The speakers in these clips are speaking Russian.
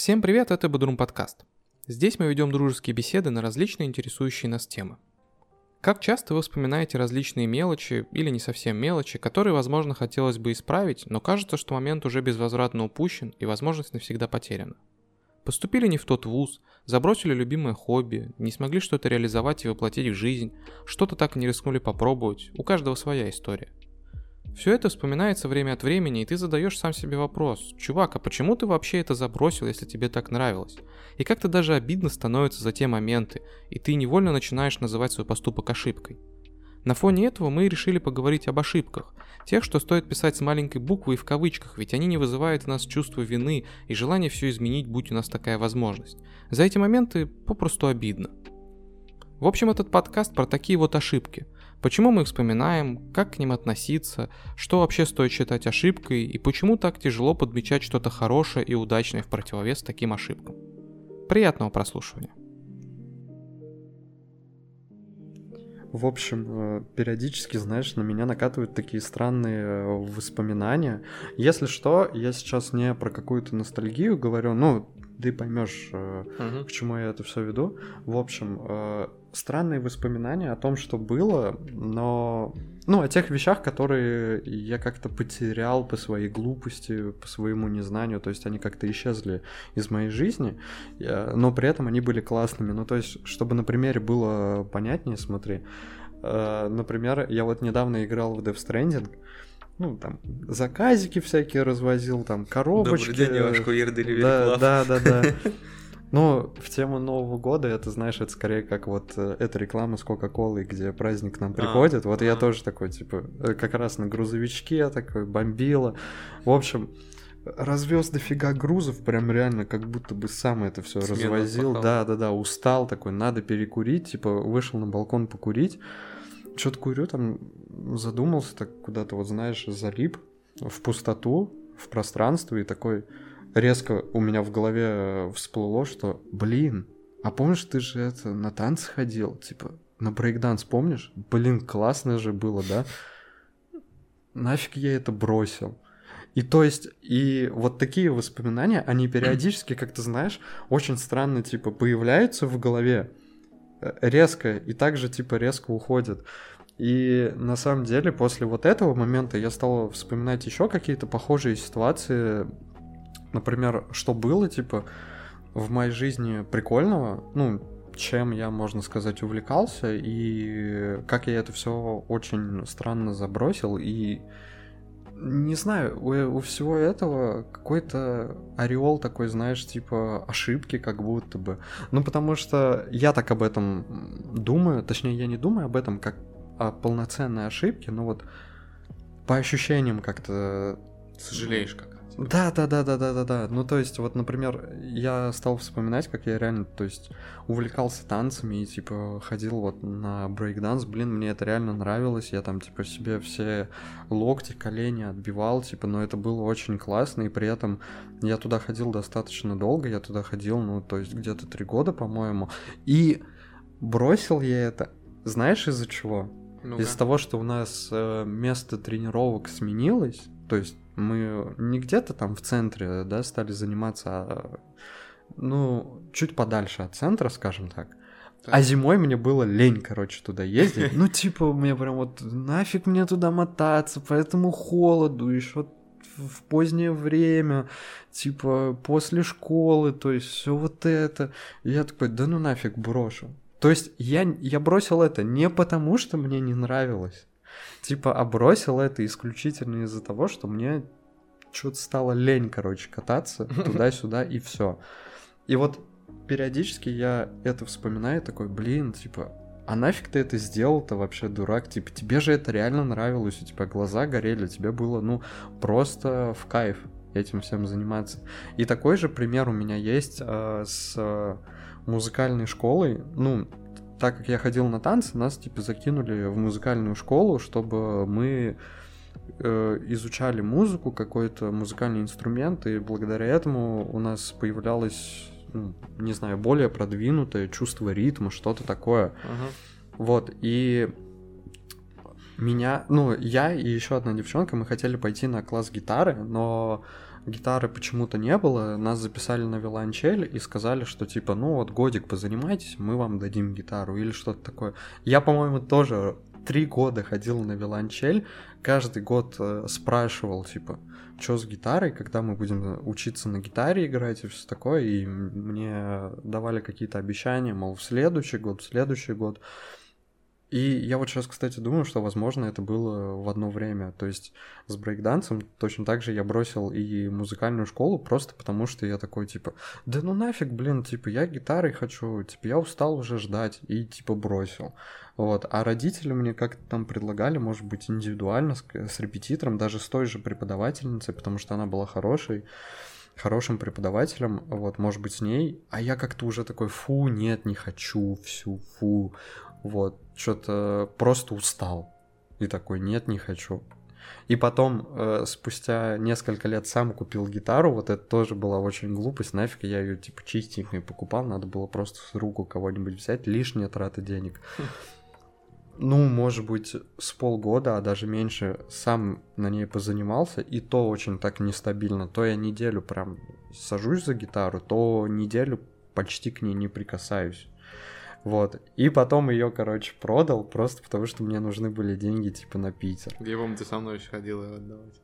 Всем привет, это Бодрум подкаст. Здесь мы ведем дружеские беседы на различные интересующие нас темы. Как часто вы вспоминаете различные мелочи или не совсем мелочи, которые, возможно, хотелось бы исправить, но кажется, что момент уже безвозвратно упущен и возможность навсегда потеряна? Поступили не в тот вуз, забросили любимое хобби, не смогли что-то реализовать и воплотить в жизнь, что-то так и не рискнули попробовать, у каждого своя история. Все это вспоминается время от времени, и ты задаешь сам себе вопрос: чувак, а почему ты вообще это забросил, если тебе так нравилось? И как-то даже обидно становится за те моменты, и ты невольно начинаешь называть свой поступок ошибкой. На фоне этого мы и решили поговорить об ошибках, тех, что стоит писать с маленькой буквы и в кавычках, ведь они не вызывают в нас чувство вины и желания все изменить, будь у нас такая возможность. За эти моменты попросту обидно. В общем, этот подкаст про такие вот ошибки. Почему мы их вспоминаем, как к ним относиться, что вообще стоит считать ошибкой и почему так тяжело подмечать что-то хорошее и удачное в противовес таким ошибкам. Приятного прослушивания. В общем, периодически, знаешь, на меня накатывают такие странные воспоминания. Если что, я сейчас не про какую-то ностальгию говорю, ты поймешь, к чему я это все веду. В общем, странные воспоминания о том, что было, но... о тех вещах, которые я как-то потерял по своей глупости, по своему незнанию, то есть они как-то исчезли из моей жизни, но при этом они были классными. То есть, чтобы на примере было понятнее, смотри. Например, я вот недавно играл в Death Stranding, там, заказики всякие развозил, там, коробочки. Добрый день, я ваш курьер Delivery Club. Да. В тему Нового года, это, знаешь, это скорее как вот эта реклама с Кока-Колой, где праздник к нам приходит. Я тоже такой, как раз на грузовичке такой, бомбила. В общем, развез дофига грузов, прям реально, как будто бы сам это все развозил. Да, устал такой, надо перекурить, вышел на балкон покурить. Что-то курю, там задумался, так куда-то, залип в пустоту, в пространство, и такой резко у меня в голове всплыло, что, а помнишь, ты же на танцы ходил, на брейкданс, помнишь? Классно же было, да? Нафиг я это бросил? И вот такие воспоминания, они периодически, как ты знаешь, очень странно, появляются в голове, резко, и также, резко уходят. И на самом деле после вот этого момента я стал вспоминать еще какие-то похожие ситуации, например, что было, в моей жизни прикольного, чем я, можно сказать, увлекался, и как я это все очень странно забросил, и не знаю, у всего этого какой-то ореол такой, знаешь, ошибки как будто бы. Потому что я так об этом думаю, точнее, я не думаю об этом как о полноценной ошибке, но по ощущениям как-то... Сожалеешь как? Да. То есть, например, я стал вспоминать, как я реально, увлекался танцами и, ходил на брейкданс. Мне это реально нравилось. Я там, себе все локти, колени отбивал, но это было очень классно. И при этом я туда ходил достаточно долго. Я туда ходил, где-то 3 года, по-моему. И бросил я это, знаешь, из-за чего? Ну-ка. Из-за того, что у нас место тренировок сменилось, то есть мы не где-то там в центре, да, стали заниматься, чуть подальше от центра, скажем так. А зимой мне было лень, туда ездить. Мне прям нафиг мне туда мотаться по этому холоду, еще в позднее время, после школы, то есть все вот это. И я такой, нафиг, брошу. То есть я бросил это не потому, что мне не нравилось. А бросил это исключительно из-за того, что мне что-то стало лень, кататься туда-сюда, и все. И периодически я это вспоминаю, такой, а нафиг ты это сделал-то вообще, дурак? Тебе же это реально нравилось, у тебя глаза горели, тебе было, просто в кайф этим всем заниматься. И такой же пример у меня есть с музыкальной школой. Так как я ходил на танцы, нас закинули в музыкальную школу, чтобы мы изучали музыку, какой-то музыкальный инструмент, и благодаря этому у нас появлялось, более продвинутое чувство ритма, что-то такое. И я и еще одна девчонка, мы хотели пойти на класс гитары, но гитары почему-то не было, нас записали на виолончель и сказали, что типа, ну вот годик позанимайтесь, мы вам дадим гитару или что-то такое. Я, по-моему, тоже 3 года ходил на виолончель, каждый год спрашивал, типа, что с гитарой, когда мы будем учиться на гитаре играть и все такое, и мне давали какие-то обещания, мол, в следующий год. И я вот сейчас, кстати, думаю, что, возможно, это было в одно время. То есть с брейкдансом точно так же я бросил и музыкальную школу просто потому, что я такой, типа, да ну нафиг, блин, типа, я гитарой хочу, типа, я устал уже ждать, и, типа, бросил. Вот. А родители мне как-то там предлагали, может быть, индивидуально с репетитором, даже с той же преподавательницей, потому что она была хорошим преподавателем, вот, может быть, с ней, а я как-то уже такой, фу, нет, не хочу, фу, вот, что-то просто устал, и такой, нет, не хочу. И потом, спустя несколько лет сам купил гитару, вот это тоже была очень глупость, нафиг я ее, типа, чистенькой покупал, надо было просто с руку кого-нибудь взять, лишняя трата денег. Ну, может быть, с полгода, а даже меньше, сам на ней позанимался, и то очень так нестабильно. То я неделю прям сажусь за гитару, то неделю почти к ней не прикасаюсь. Вот. И потом ее, короче, продал, просто потому что мне нужны были деньги, типа, на Питер. Я помню, ты со мной еще ходил ее отдавать.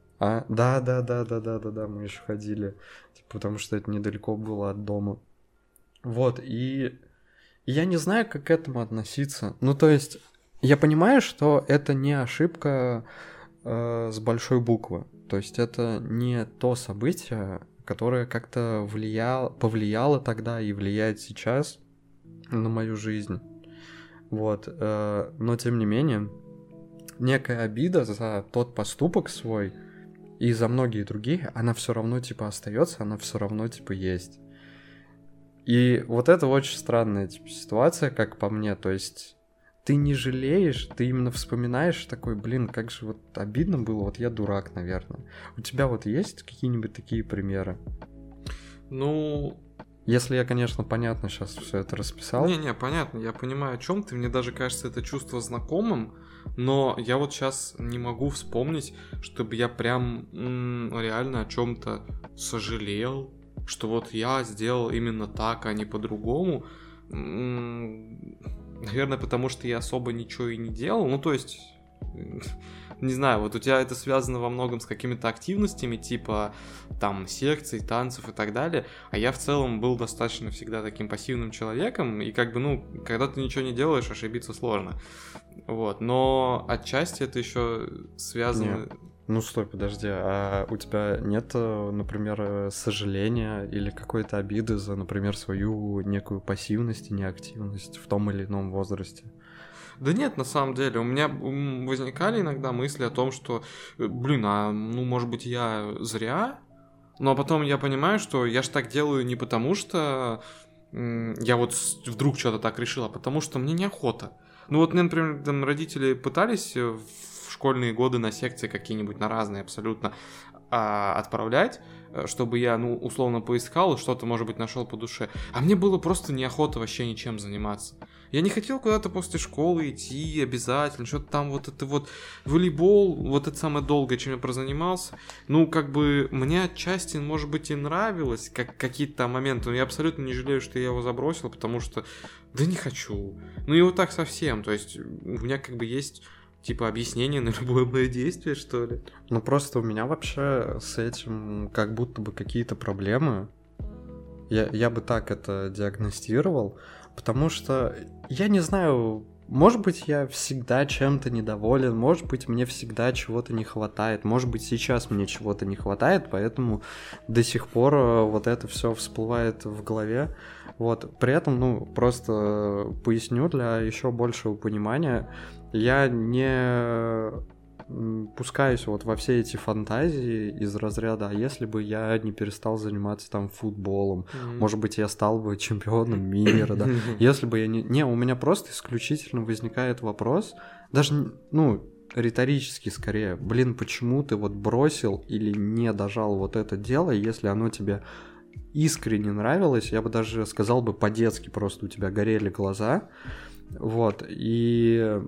Да, мы еще ходили, типа, потому что это недалеко было от дома. Вот, и я не знаю, как к этому относиться. Ну, то есть... Я понимаю, что это не ошибка с большой буквы. То есть это не то событие, которое как-то повлияло тогда и влияет сейчас на мою жизнь. Вот. Но тем не менее, некая обида за тот поступок свой и за многие другие, она все равно типа остается, она все равно типа есть. И вот это очень странная типа ситуация, как по мне. То есть ты не жалеешь, ты именно вспоминаешь такой, блин, как же вот обидно было, вот я дурак, наверное. У тебя вот есть какие-нибудь такие примеры? Ну... Если я, конечно, понятно сейчас все это расписал. Не, понятно, я понимаю, о чем ты. Мне даже кажется это чувство знакомым, но я вот сейчас не могу вспомнить, чтобы я прям реально о чем-то сожалел, что вот я сделал именно так, а не по-другому. Наверное, потому что я особо ничего и не делал. Ну, то есть, не знаю, вот у тебя это связано во многом с какими-то активностями, типа, там, секций, танцев и так далее. А я в целом был достаточно всегда таким пассивным человеком. И как бы, ну, когда ты ничего не делаешь, ошибиться сложно. Вот. Но отчасти это еще связано... Нет. Ну, стой, подожди, а у тебя нет, например, сожаления или какой-то обиды за, например, свою некую пассивность и неактивность в том или ином возрасте? Да нет, на самом деле, у меня возникали иногда мысли о том, что, блин, ну, может быть, я зря, но потом я понимаю, что я ж так делаю не потому, что я вот вдруг что-то так решил, а потому что мне неохота. Ну, вот мне, например, там родители пытались в школьные годы на секции какие-нибудь, на разные абсолютно отправлять, чтобы я, ну, условно поискал и что-то, может быть, нашел по душе. А мне было просто неохота вообще ничем заниматься. Я не хотел куда-то после школы идти обязательно, что-то там вот это вот волейбол, вот это самое долгое, чем я прозанимался. Ну, как бы мне отчасти, может быть, и нравилось какие-то там моменты, но я абсолютно не жалею, что я его забросил, потому что, да не хочу. Ну и вот так совсем, то есть у меня как бы есть... Типа объяснение на любое мое действие, что ли? Ну просто у меня вообще с этим как будто бы какие-то проблемы. Я бы так это диагностировал, потому что я не знаю, может быть, я всегда чем-то недоволен, может быть, мне всегда чего-то не хватает, может быть, сейчас мне чего-то не хватает, поэтому до сих пор вот это все всплывает в голове. Вот, при этом, ну, просто поясню для еще большего понимания, я не пускаюсь вот во все эти фантазии из разряда, а если бы я не перестал заниматься там футболом, может быть, я стал бы чемпионом мира, да, если бы я не, у меня просто исключительно возникает вопрос, даже, ну, риторически скорее, блин, почему ты вот бросил или не дожал вот это дело, если оно тебе искренне нравилось, я бы даже сказал бы по-детски, просто у тебя горели глаза, вот, и,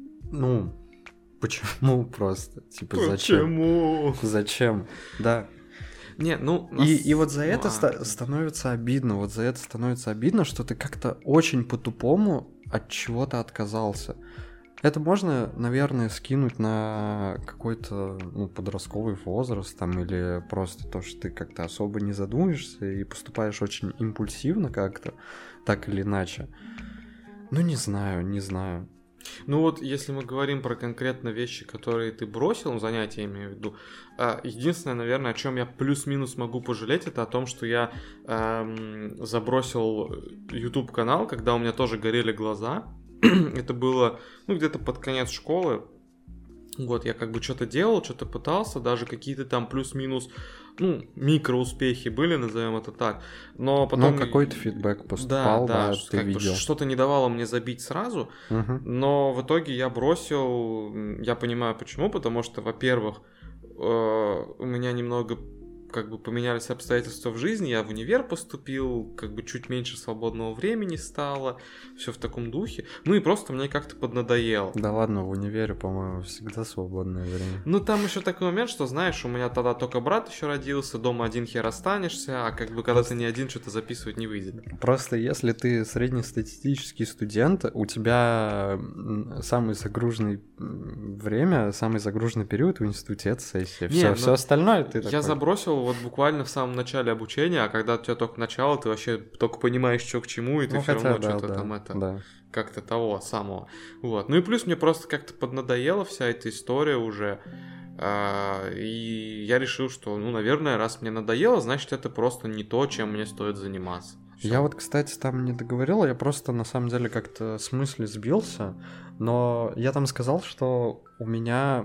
ну, почему просто, типа, почему? Зачем, да, Не, ну... И вот за это становится обидно, вот за это становится обидно, что ты как-то очень по-тупому от чего-то отказался. Это можно, наверное, скинуть на какой-то подростковый возраст там, или просто то, что ты как-то особо не задумываешься и поступаешь очень импульсивно как-то, так или иначе. Ну, не знаю. Ну вот, если мы говорим про конкретно вещи, которые ты бросил, занятия, я имею в виду, единственное, наверное, о чем я плюс-минус могу пожалеть, это о том, что я забросил YouTube-канал, когда у меня тоже горели глаза. Это было, где-то под конец школы. Вот, я как бы что-то делал, что-то пытался, даже какие-то там плюс-минус, микроуспехи были, назовем это так. Но потом... какой-то фидбэк поступал, да, ты как видел. бы что-то не давало мне забить сразу, но в итоге я бросил, я понимаю почему, потому что, во-первых, у меня немного как бы поменялись обстоятельства в жизни, я в универ поступил, как бы чуть меньше свободного времени стало, все в таком духе. Ну и просто мне как-то поднадоело. Да ладно, в универе, по-моему, всегда свободное время. Ну там еще такой момент, что знаешь, у меня тогда только брат еще родился, дома один хер останешься, а как бы когда ты не один, что-то записывать не выйдет. Просто если ты среднестатистический студент, у тебя самый загруженный период в институте — это сессия. Все остальное ты такой... Я забросил вот буквально в самом начале обучения, а когда у тебя только начало, ты вообще только понимаешь, что к чему, и ты все равно что-то как-то того самого. Вот. Ну и плюс мне просто как-то поднадоела вся эта история уже. И я решил, что, наверное, раз мне надоело, значит, это просто не то, чем мне стоит заниматься. Всё. Я вот, кстати, там не договорил, я просто на самом деле как-то с мысли сбился, но я там сказал, что у меня,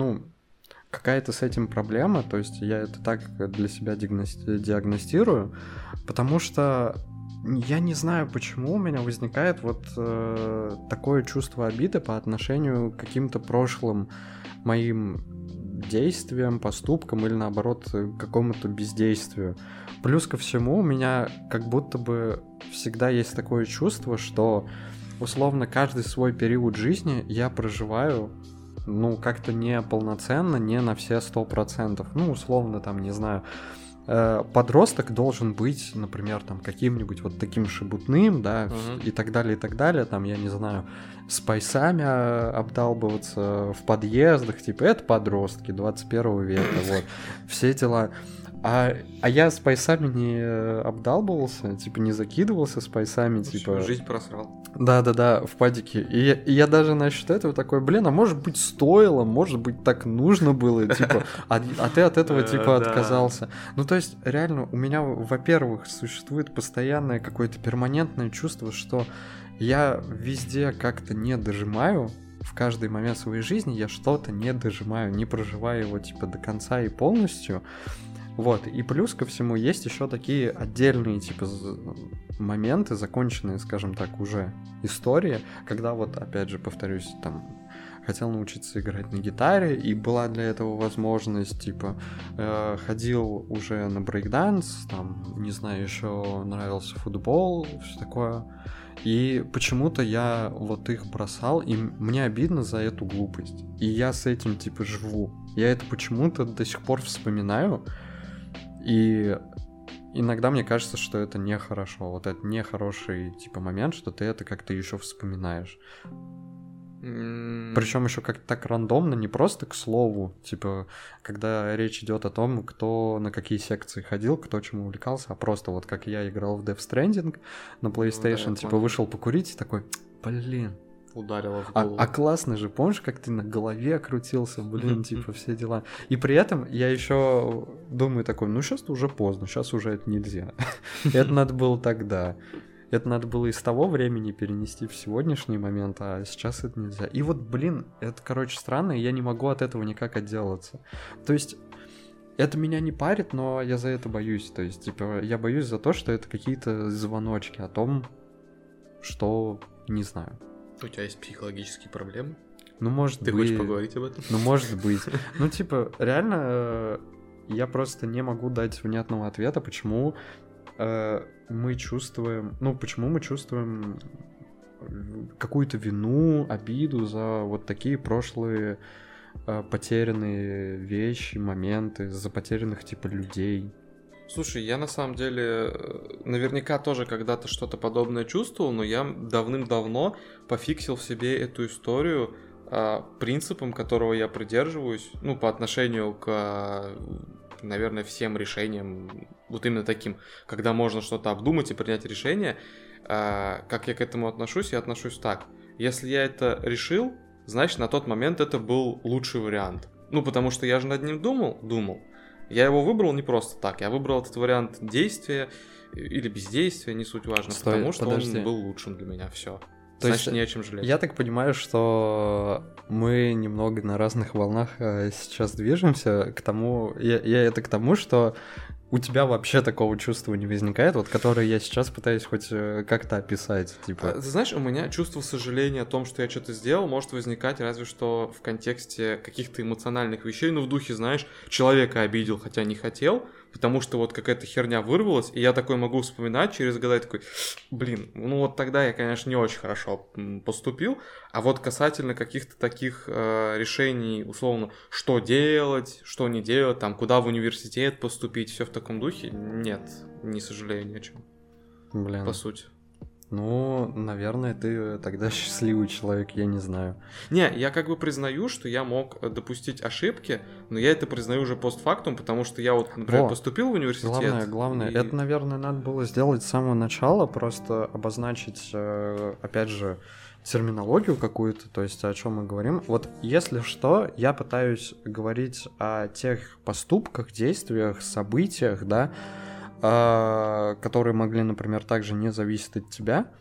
какая-то с этим проблема, то есть я это так для себя диагностирую, потому что я не знаю, почему у меня возникает вот такое чувство обиды по отношению к каким-то прошлым моим действиям, поступкам или наоборот к какому-то бездействию. Плюс ко всему у меня как будто бы всегда есть такое чувство, что условно каждый свой период жизни я проживаю как-то не полноценно, не на все 100%. Условно, там, не знаю, подросток должен быть, например, там, каким-нибудь вот таким шебутным, да, и так далее, там, я не знаю, с пайсами обдалбываться в подъездах, типа, это подростки 21 века, вот, все дела. А я с пайсами не обдалбывался, типа, не закидывался с пайсами, типа... Жизнь просрал. Да, в падике. И я даже насчет этого такой, а может быть стоило, может быть так нужно было, типа, а ты от этого, типа, отказался. То есть, реально, у меня, во-первых, существует постоянное какое-то перманентное чувство, что я везде как-то не дожимаю, в каждый момент своей жизни я что-то не дожимаю, не проживаю его, типа, до конца и полностью. Вот, и плюс ко всему есть еще такие отдельные, типа, моменты, законченные, скажем так, уже истории, когда вот, опять же, повторюсь, там, хотел научиться играть на гитаре, и была для этого возможность, типа, ходил уже на брейкданс, там, не знаю, еще нравился футбол, все такое, и почему-то я вот их бросал, и мне обидно за эту глупость, и я с этим, типа, живу, я это почему-то до сих пор вспоминаю, и иногда мне кажется, что это нехорошо. Вот это нехороший, типа, момент, что ты это как-то еще вспоминаешь. Причем еще как-то так рандомно, не просто к слову, типа, когда речь идет о том, кто на какие секции ходил, кто чем увлекался, а просто вот как я играл в Death Stranding на PlayStation, типа, вышел покурить и такой, ударило в голову. А классно же, помнишь, как ты на голове крутился, типа, все дела. И при этом я еще думаю такой, сейчас-то уже поздно, сейчас уже это нельзя. Это надо было тогда. Это надо было из того времени перенести в сегодняшний момент, а сейчас это нельзя. И вот, это, странно, и я не могу от этого никак отделаться. То есть, это меня не парит, но я за это боюсь. То есть, типа, я боюсь за то, что это какие-то звоночки о том, что не знаю. У тебя есть психологические проблемы? Может быть. Ты хочешь поговорить об этом? Может быть. Типа, реально, я просто не могу дать внятного ответа, почему мы чувствуем... почему мы чувствуем какую-то вину, обиду за вот такие прошлые потерянные вещи, моменты, из-за потерянных типа людей. Слушай, я на самом деле наверняка тоже когда-то что-то подобное чувствовал, но я давным-давно пофиксил в себе эту историю принципом, которого я придерживаюсь, ну, по отношению к, наверное, всем решениям, вот именно таким, когда можно что-то обдумать и принять решение. Как я к этому отношусь? Я отношусь так. Если я это решил, значит, на тот момент это был лучший вариант. Ну, потому что я же над ним думал. Я его выбрал не просто так. Я выбрал этот вариант действия или бездействия, не суть важно, потому что он был лучшим для меня. Все. Значит, не о чем жалеть. Я так понимаю, что мы немного на разных волнах сейчас движемся к тому... Я это к тому, что у тебя вообще такого чувства не возникает, вот которое я сейчас пытаюсь хоть как-то описать, типа... Ты знаешь, у меня чувство сожаления о том, что я что-то сделал, может возникать разве что в контексте каких-то эмоциональных вещей, ну в духе, знаешь, человека обидел, хотя не хотел, потому что вот какая-то херня вырвалась, и я такой могу вспоминать через года, и такой, блин, ну вот тогда я, конечно, не очень хорошо поступил, а вот касательно каких-то таких решений, условно, что делать, что не делать, там, куда в университет поступить, все в таком духе, нет, не сожалею ни о чем. Блин. По сути. Ну, наверное, ты тогда счастливый человек, я не знаю. Не, я как бы признаю, что я мог допустить ошибки, но я это признаю уже постфактум, потому что я вот, например, поступил в университет. Главное, это, наверное, надо было сделать с самого начала, просто обозначить, опять же, терминологию какую-то, то есть о чем мы говорим. Вот если что, я пытаюсь говорить о тех поступках, действиях, событиях, да, которые могли, например, также не зависеть от тебя,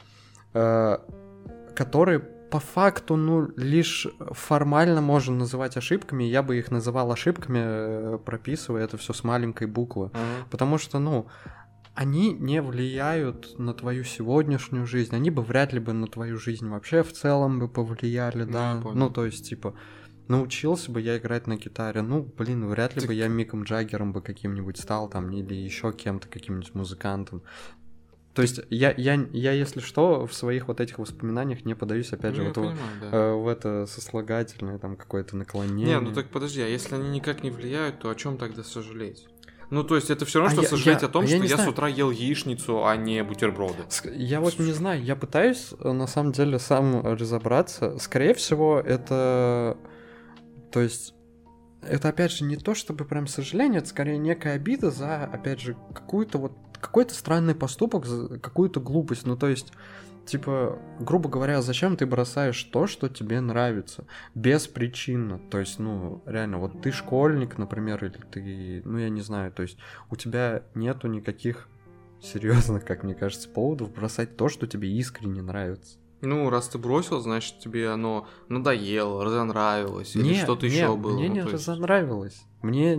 которые по факту, ну, лишь формально можно называть ошибками, я бы их называл ошибками, прописывая это все с маленькой буквы, потому что, ну, они не влияют на твою сегодняшнюю жизнь, они бы вряд ли бы на твою жизнь вообще в целом бы повлияли, да, ну, то есть, типа... Научился бы я играть на гитаре, ну, блин, вряд ли бы я Миком Джаггером бы каким-нибудь стал там, или еще кем-то, каким-нибудь музыкантом. То есть я, если что, в своих вот этих воспоминаниях не подаюсь, опять же, вот в это сослагательное там какое-то наклонение. Не, ну так подожди, а если они никак не влияют, то о чем тогда сожалеть? Ну, то есть это все равно, что сожалеть о том, что я с утра ел яичницу, а не бутерброды. Я вот не знаю, я пытаюсь, на самом деле, сам разобраться. Скорее всего, это... То есть, это, опять же, не то, чтобы прям сожаление, это скорее некая обида за, опять же, какой-то странный поступок, за какую-то глупость. Ну, то есть, типа, грубо говоря, зачем ты бросаешь то, что тебе нравится? Беспричинно. То есть, ну, реально, вот ты школьник, например, или ты, ну, я не знаю, то есть, у тебя нету никаких серьезных, как мне кажется, поводов бросать то, что тебе искренне нравится. Ну, раз ты бросил, значит, тебе оно надоело, разонравилось, или что-то еще было. Мне не разонравилось. Мне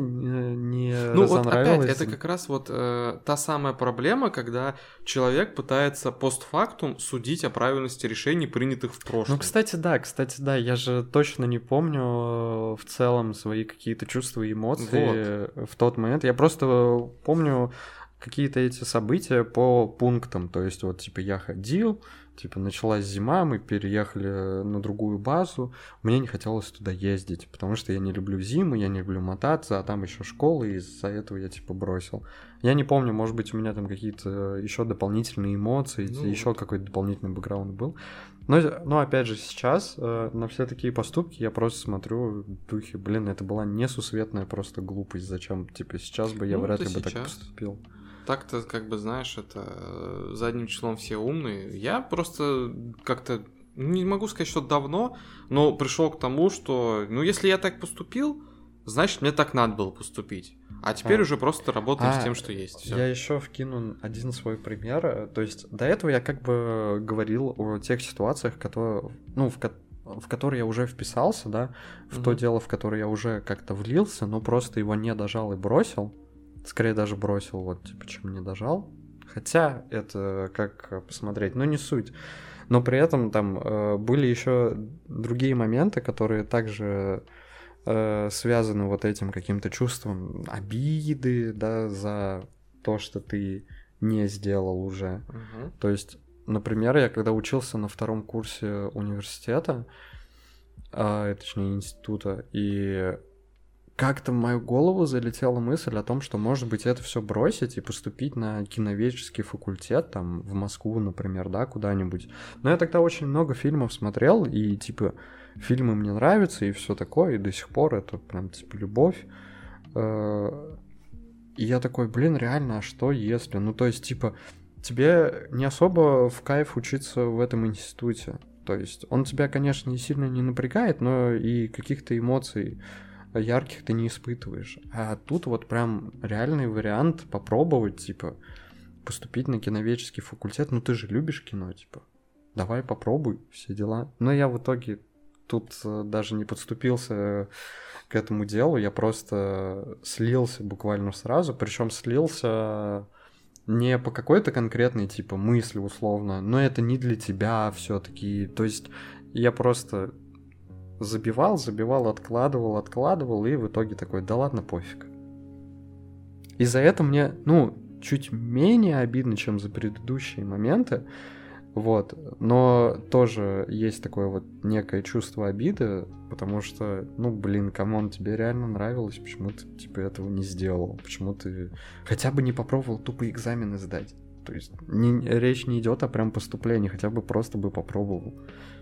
не ну, разонравилось. Вот опять, это как раз вот та самая проблема, когда человек пытается постфактум судить о правильности решений, принятых в прошлом. Ну, кстати, да, я же точно не помню в целом свои какие-то чувства и эмоции в тот момент. Я просто помню какие-то эти события по пунктам. То есть, вот, типа, я ходил, типа, началась зима, мы переехали на другую базу, мне не хотелось туда ездить, потому что я не люблю зиму, я не люблю мотаться, а там еще школа, и из-за этого я, типа, бросил. Я не помню, может быть, у меня там какие-то еще дополнительные эмоции, еще какой-то дополнительный бэкграунд был. Но опять же, сейчас на все такие поступки я просто смотрю в духе, блин, это была несусветная просто глупость, зачем, типа, сейчас бы я вряд ли бы так поступил. Так-то, как бы, знаешь, это задним числом все умные. Я просто как-то не могу сказать, что давно, но пришел к тому, что, ну, если я так поступил, значит, мне так надо было поступить. А теперь уже просто работаем с тем, что есть. Всё. Я еще вкину один свой пример. То есть до этого я как бы говорил о тех ситуациях, которые, ну, в которые я уже вписался, да, в то дело, в которое я уже как-то влился, но просто его не дожал и бросил. Скорее даже бросил, вот, типа, чем не дожал. Хотя это как посмотреть, но не суть. Но при этом там были еще другие моменты, которые также связаны вот этим каким-то чувством обиды, да, за то, что ты не сделал уже. То есть, например, я когда учился на 2-м курсе университета, точнее, института, и как-то в мою голову залетела мысль о том, что, может быть, это все бросить и поступить на киноведческий факультет, там, в Москву, например, да, куда-нибудь. Но я тогда очень много фильмов смотрел, и, типа, фильмы мне нравятся, и все такое, и до сих пор это прям, типа, любовь. И я такой, блин, реально, а что если? Ну, то есть, типа, тебе не особо в кайф учиться в этом институте. То есть, он тебя, конечно, сильно не напрягает, но и каких-то эмоций ярких ты не испытываешь. А тут вот прям реальный вариант попробовать, типа, поступить на киноведческий факультет. Ну, ты же любишь кино, типа, давай попробуй, все дела. Но я в итоге тут даже не подступился к этому делу, я просто слился буквально сразу, причем слился не по какой-то конкретной, типа, мысли условно, но это не для тебя все-таки. То есть я просто забивал, откладывал, и в итоге такой, да ладно, пофиг. И за это мне, чуть менее обидно, чем за предыдущие моменты, вот, но тоже есть такое вот некое чувство обиды, потому что, камон, тебе реально нравилось, почему ты, типа, этого не сделал, почему ты хотя бы не попробовал тупо экзамены сдать. То есть речь не идет о прям поступлении, хотя бы просто бы попробовал.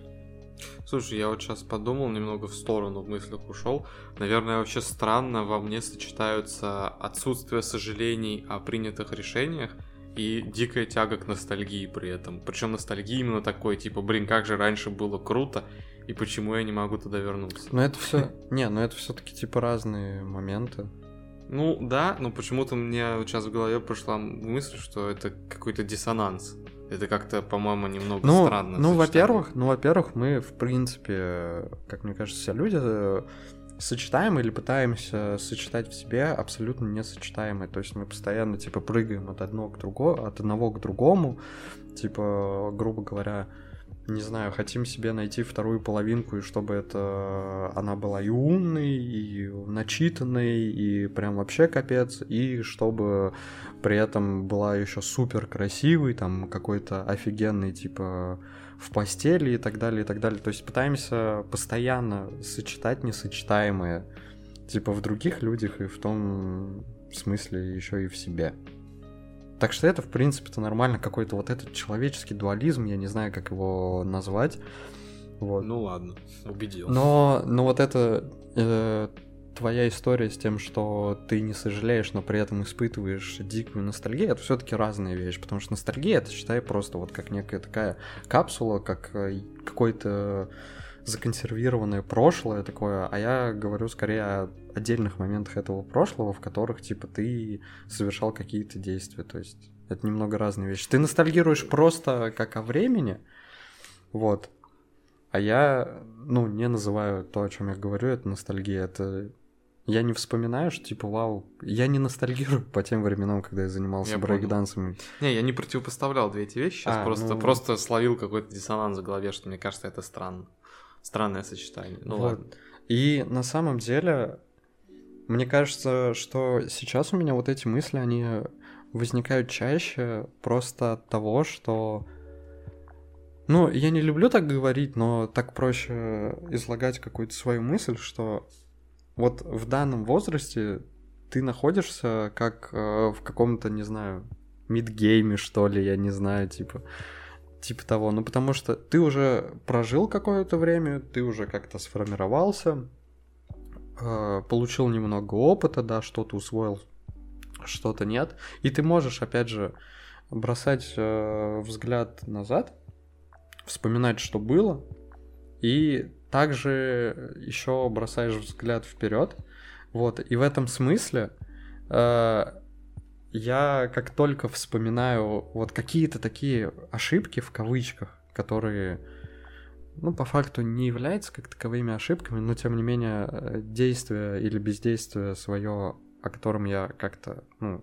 Слушай, я вот сейчас подумал, немного в сторону в мыслях ушел. Наверное, вообще странно во мне сочетаются отсутствие сожалений о принятых решениях и дикая тяга к ностальгии при этом. Причем ностальгия именно такой, типа, блин, как же раньше было круто, и почему я не могу туда вернуться. Но это все. Это все-таки типа разные моменты. Ну да, но почему-то мне вот сейчас в голове пришла мысль, что это какой-то диссонанс. Это как-то, по-моему, немного странно. Во-первых, мы, в принципе, как мне кажется, все люди сочетаем или пытаемся сочетать в себе абсолютно несочетаемые. То есть мы постоянно, типа, прыгаем от одного к другому. Типа, грубо говоря, не знаю, хотим себе найти вторую половинку, и чтобы она была и умной, и начитанной, и прям вообще капец, и чтобы при этом была еще супер красивой, там какой-то офигенный, типа, в постели и так далее, и так далее. То есть пытаемся постоянно сочетать несочетаемое, типа, в других людях и в том смысле еще и в себе. Так что это, в принципе-то, нормально, какой-то вот этот человеческий дуализм, я не знаю, как его назвать. Вот. Ну ладно, убедил. Но вот это твоя история с тем, что ты не сожалеешь, но при этом испытываешь дикую ностальгию, это все-таки разная вещь, потому что ностальгия, это, считай, просто вот как некая такая капсула, как какой-то законсервированное прошлое такое, а я говорю скорее о отдельных моментах этого прошлого, в которых, типа, ты совершал какие-то действия, то есть это немного разные вещи. Ты ностальгируешь просто как о времени, вот, а я, не называю то, о чем я говорю, это ностальгия, это... Я не вспоминаю, что, типа, вау, я не ностальгирую по тем временам, когда я занимался брейк-дансом. Не, я не противопоставлял две эти вещи, сейчас просто словил какой-то диссонанс в голове, что мне кажется, это странно. Странное сочетание. Ну вот. Ладно. И на самом деле, мне кажется, что сейчас у меня вот эти мысли, они возникают чаще просто от того, что... я не люблю так говорить, но так проще излагать какую-то свою мысль, что вот в данном возрасте ты находишься как в каком-то, не знаю, мидгейме, что ли, я не знаю, типа того. Потому что ты уже прожил какое-то время, ты уже как-то сформировался, получил немного опыта, да, что-то усвоил, что-то нет. И ты можешь, опять же, бросать взгляд назад, вспоминать, что было, и также еще бросаешь взгляд вперед. Вот, и в этом смысле я как только вспоминаю вот какие-то такие ошибки в кавычках, которые, по факту не являются как таковыми ошибками, но тем не менее действие или бездействие свое, о котором я как-то,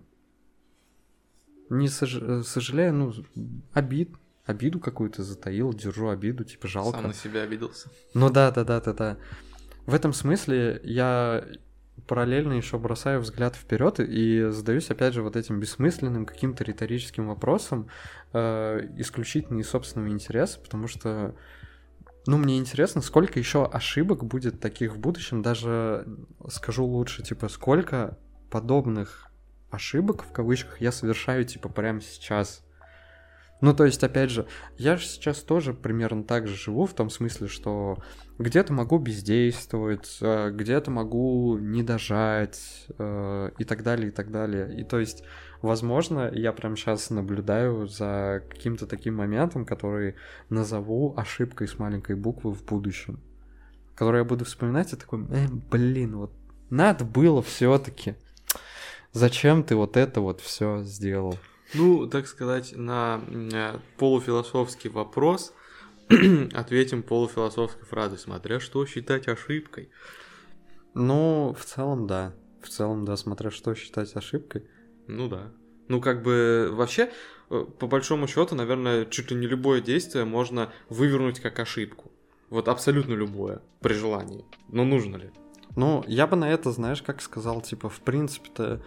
не сожалею, обиду какую-то затаил, держу обиду, типа жалко. Сам на себя обиделся. Да. В этом смысле я параллельно еще бросаю взгляд вперед и задаюсь, опять же, вот этим бессмысленным каким-то риторическим вопросом исключительно из собственного интереса, потому что Ну, мне интересно, сколько еще ошибок будет таких в будущем, даже скажу лучше, типа, сколько подобных ошибок, в кавычках, я совершаю, типа, прямо сейчас. Ну, то есть, опять же, я же сейчас тоже примерно так же живу, в том смысле, что где-то могу бездействовать, где-то могу не дожать, и так далее, и так далее. И то есть, возможно, я прямо сейчас наблюдаю за каким-то таким моментом, который назову ошибкой с маленькой буквы в будущем. Который я буду вспоминать и такой, блин, вот надо было все-таки. Зачем ты вот это вот все сделал? Ну, так сказать, на полуфилософский вопрос ответим полуфилософской фразой, смотря что считать ошибкой. Ну, в целом, да. В целом, да, смотря что считать ошибкой. Ну да. Ну, как бы, вообще, по большому счету, наверное, чуть ли не любое действие можно вывернуть как ошибку. Вот абсолютно любое, при желании. Но нужно ли? Ну, я бы на это, знаешь, как сказал, типа, в принципе-то...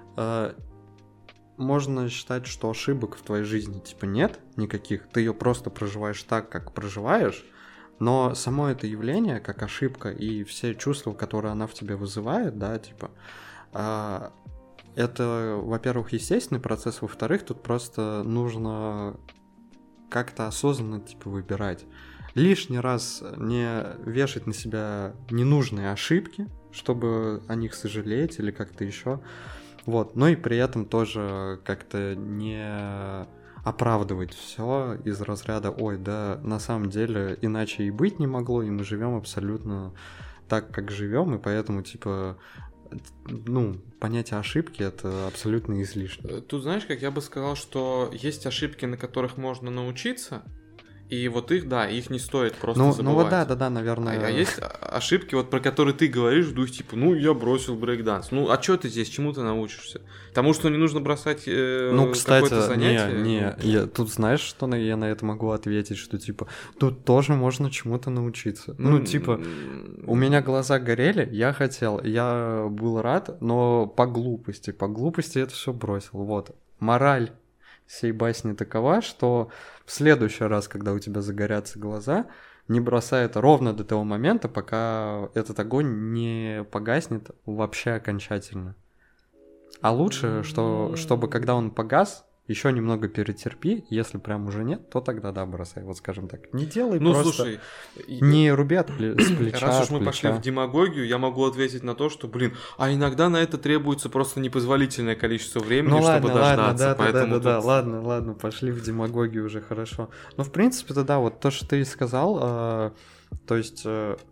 можно считать, что ошибок в твоей жизни типа нет никаких, ты ее просто проживаешь так, как проживаешь, но само это явление, как ошибка, и все чувства, которые она в тебе вызывает, да, типа, это, во-первых, естественный процесс, во-вторых, тут просто нужно как-то осознанно, типа, выбирать. Лишний раз не вешать на себя ненужные ошибки, чтобы о них сожалеть или как-то еще. Вот, но и при этом тоже как-то не оправдывать все из разряда, ой, да, на самом деле иначе и быть не могло, и мы живем абсолютно так, как живем, и поэтому, типа, ну, понятие ошибки — это абсолютно излишне. Тут, знаешь, как я бы сказал, что есть ошибки, на которых можно научиться, и вот их, да, их не стоит просто забывать. Ну вот да, наверное. А есть ошибки, вот про которые ты говоришь, в духе типа, ну, я бросил брейкданс. Ну, а что ты здесь, чему ты научишься? Тому, что не нужно бросать какое-то занятие? Я тут знаешь, что я на это могу ответить, что типа, тут тоже можно чему-то научиться. Ну, типа, у меня глаза горели, я хотел, я был рад, но по глупости это все бросил. Вот, мораль сей басни такова, что в следующий раз, когда у тебя загорятся глаза, не бросай это ровно до того момента, пока этот огонь не погаснет вообще окончательно. А лучше, чтобы когда он погас, еще немного перетерпи, если прям уже нет, то тогда да, бросай, вот скажем так. Не делай просто... Слушай, не руби с плеча. Раз уж мы пошли в демагогию, я могу ответить на то, что, а иногда на это требуется просто непозволительное количество времени, чтобы дождаться. Ладно, пошли в демагогию уже, хорошо. Ну, в принципе-то да, вот то, что ты сказал, то есть...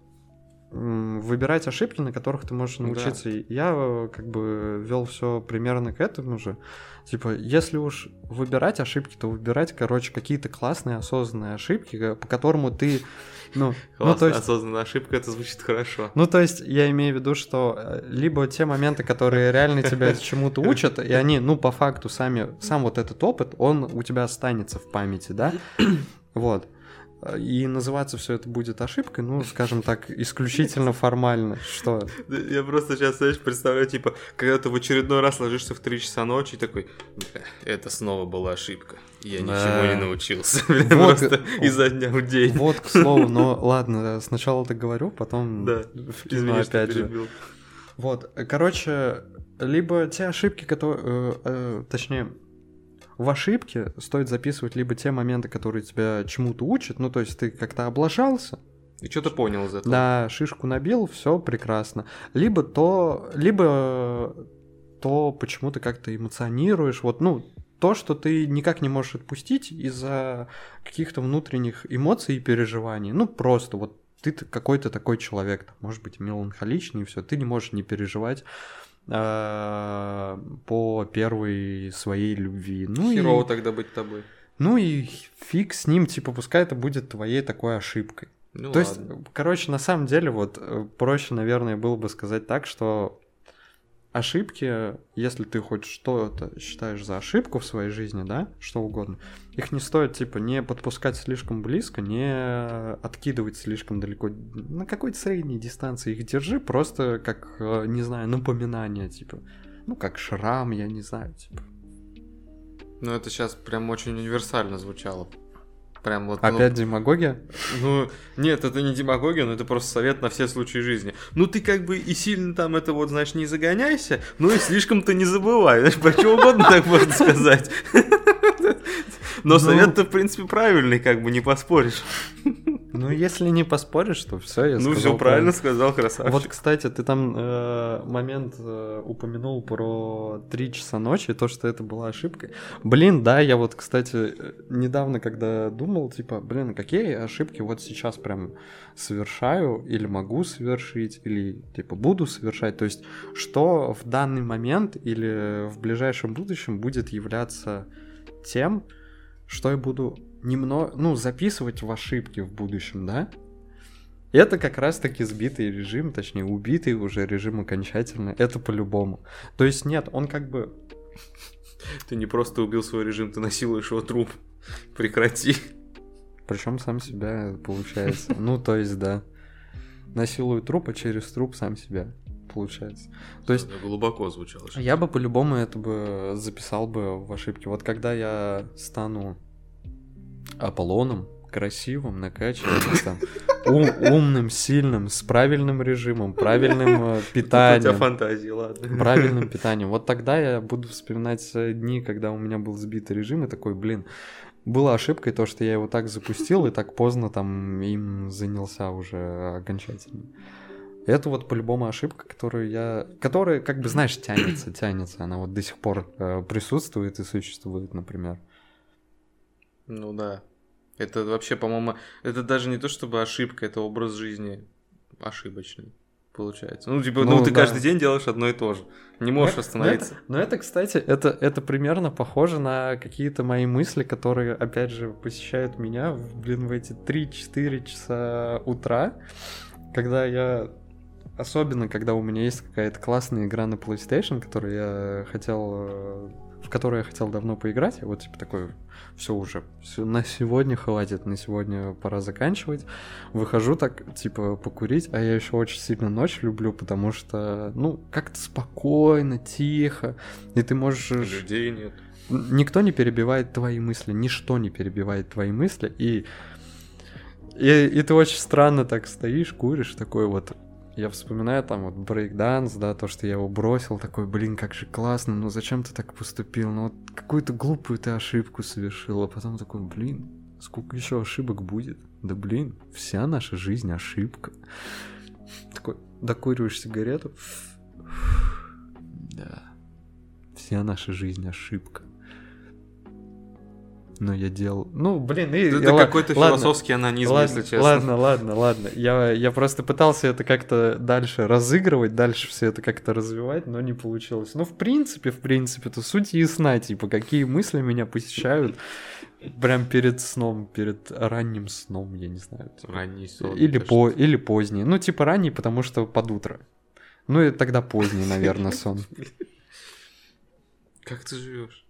выбирать ошибки, на которых ты можешь научиться. Да. Я как бы вел все примерно к этому же. Типа, если уж выбирать ошибки, то выбирать, какие-то классные осознанные ошибки, по которому ты... Классная осознанная ошибка, это звучит хорошо. Ну, то есть, я имею в виду, что либо те моменты, которые реально тебя чему-то учат, и они, по факту, сам вот этот опыт, он у тебя останется в памяти, да? Вот. И называться все это будет ошибкой, скажем так, исключительно формально. Что? Я просто сейчас, знаешь, представляю, типа, когда ты в очередной раз ложишься в 3 часа ночи и такой, это снова была ошибка, я ничему не научился. Просто изо дня в день. Вот, к слову, но ладно, сначала это говорю, потом извини, опять же. Вот, короче, либо те ошибки, которые, точнее... В ошибке стоит записывать либо те моменты, которые тебя чему-то учат, то есть ты как-то облажался. И что-то понял из этого. Да, шишку набил, все прекрасно. Либо то, почему ты как-то эмоционируешь, то, что ты никак не можешь отпустить из-за каких-то внутренних эмоций и переживаний. Просто ты какой-то такой человек, может быть, меланхоличный, и все, ты не можешь не переживать по первой своей любви. Херово тогда быть тобой. И фиг с ним, пускай это будет твоей такой ошибкой. То есть, на самом деле, проще, наверное, было бы сказать так, что ошибки, если ты хоть что-то считаешь за ошибку в своей жизни, да, что угодно, их не стоит, не подпускать слишком близко, не откидывать слишком далеко, на какой-то средней дистанции их держи, просто как, не знаю, напоминание, как шрам, я не знаю, это сейчас прям очень универсально звучало. Прям вот. Опять демагогия? Ну, нет, это не демагогия, но это просто совет на все случаи жизни. Ну, ты как бы и сильно там это вот, знаешь, не загоняйся, но и слишком-то не забывай. Знаешь, про что угодно так можно сказать. Но совет-то, в принципе, правильный, как бы не поспоришь. Ну, если не поспоришь, то все, я сказал. Ну, все правильно сказал, красавчик. Вот, кстати, ты там момент упомянул про 3 часа ночи, то, что это была ошибкой. Блин, да, я вот, кстати, недавно, когда думал, типа, блин, какие ошибки вот сейчас прям совершаю, или могу совершить, или, типа, буду совершать. То есть, что в данный момент или в ближайшем будущем будет являться тем, что я буду записывать в ошибки в будущем, да? Это как раз-таки сбитый режим, точнее, убитый уже режим окончательно. Это по-любому. То есть нет, он как бы... Ты не просто убил свой режим, ты насилуешь его труп. Прекрати. Причем сам себя, получается. Ну, то есть, да. Насилую труп, а через труп сам себя, получается. То есть... Глубоко звучало. Я бы по-любому это бы записал бы в ошибки. Вот когда я стану Аполлоном, красивым, накачанным, там, умным, сильным, с правильным режимом, правильным питанием. У тебя фантазии, ладно. Правильным питанием. Вот тогда я буду вспоминать дни, когда у меня был сбитый режим, и такой, блин, была ошибкой то, что я его так запустил, и так поздно там им занялся уже окончательно. Это вот по-любому ошибка, которая, как бы, знаешь, тянется. Она вот до сих пор присутствует и существует, например. Ну да. Это вообще, по-моему, это даже не то чтобы ошибка, это образ жизни ошибочный, получается. Ну, типа, ты да. каждый день делаешь одно и то же. Не можешь остановиться. Но это, кстати, это примерно похоже на какие-то мои мысли, которые, опять же, посещают меня, в эти 3-4 часа утра, когда я... Особенно, когда у меня есть какая-то классная игра на PlayStation, в которую я хотел давно поиграть, я вот типа такой, все на сегодня хватит, на сегодня пора заканчивать. Выхожу так, типа, покурить, а я еще очень сильно ночь люблю, потому что, как-то спокойно, тихо, и ты можешь... Людей нет. Никто не перебивает твои мысли, ничто не перебивает твои мысли, и ты очень странно так стоишь, куришь, такой вот... Я вспоминаю там вот брейкданс, да, то, что я его бросил, такой, блин, как же классно, зачем ты так поступил, вот какую-то глупую ты ошибку совершил, а потом такой, блин, сколько еще ошибок будет? Да блин, вся наша жизнь ошибка. Такой, докуриваешь сигарету, да, вся наша жизнь ошибка. Но я делал... Это какой-то философский анонизм, если честно. Ладно. Я просто пытался это как-то дальше разыгрывать, дальше все это как-то развивать, но не получилось. В принципе-то суть ясна, типа, какие мысли меня посещают прям перед сном, перед ранним сном, я не знаю. Типа. Ранний сон. Или поздний. Типа ранний, потому что под утро. И тогда поздний, наверное, сон. Как ты живешь?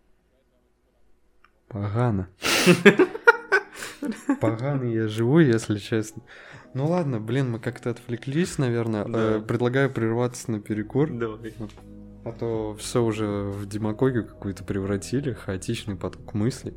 Погано я живу, если честно. Ладно, блин, мы как-то отвлеклись, наверное. Да. Предлагаю прерваться на перекур. Давай. А то все уже в демагогию какую-то превратили, хаотичный поток мыслей.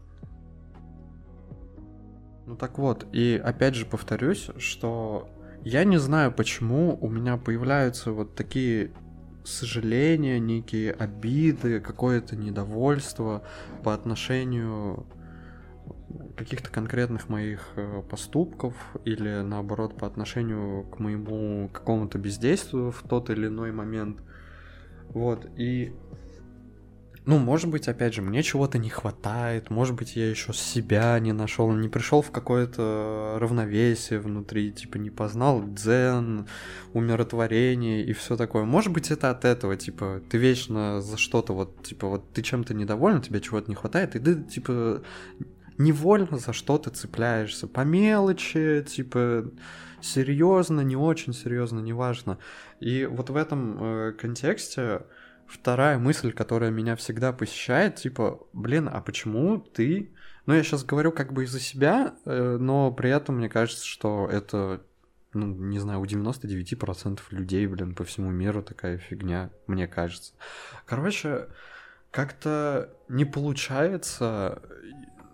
Так вот, и опять же повторюсь, что я не знаю, почему у меня появляются вот такие... сожаления, некие обиды, какое-то недовольство по отношению каких-то конкретных моих поступков или наоборот по отношению к моему какому-то бездействию в тот или иной момент. Вот, и может быть, опять же, мне чего-то не хватает, может быть, я еще себя не нашел, не пришел в какое-то равновесие внутри, типа не познал дзен, умиротворение и все такое. Может быть, это от этого, типа, ты вечно за что-то, вот ты чем-то недоволен, тебе чего-то не хватает, и ты, типа, невольно за что-то цепляешься, по мелочи, типа, серьезно, не очень серьезно, неважно. И вот в этом контексте вторая мысль, которая меня всегда посещает, типа, блин, а почему ты... я сейчас говорю как бы из-за себя, но при этом мне кажется, что это, не знаю, у 99% людей, блин, по всему миру такая фигня, мне кажется. Короче, как-то не получается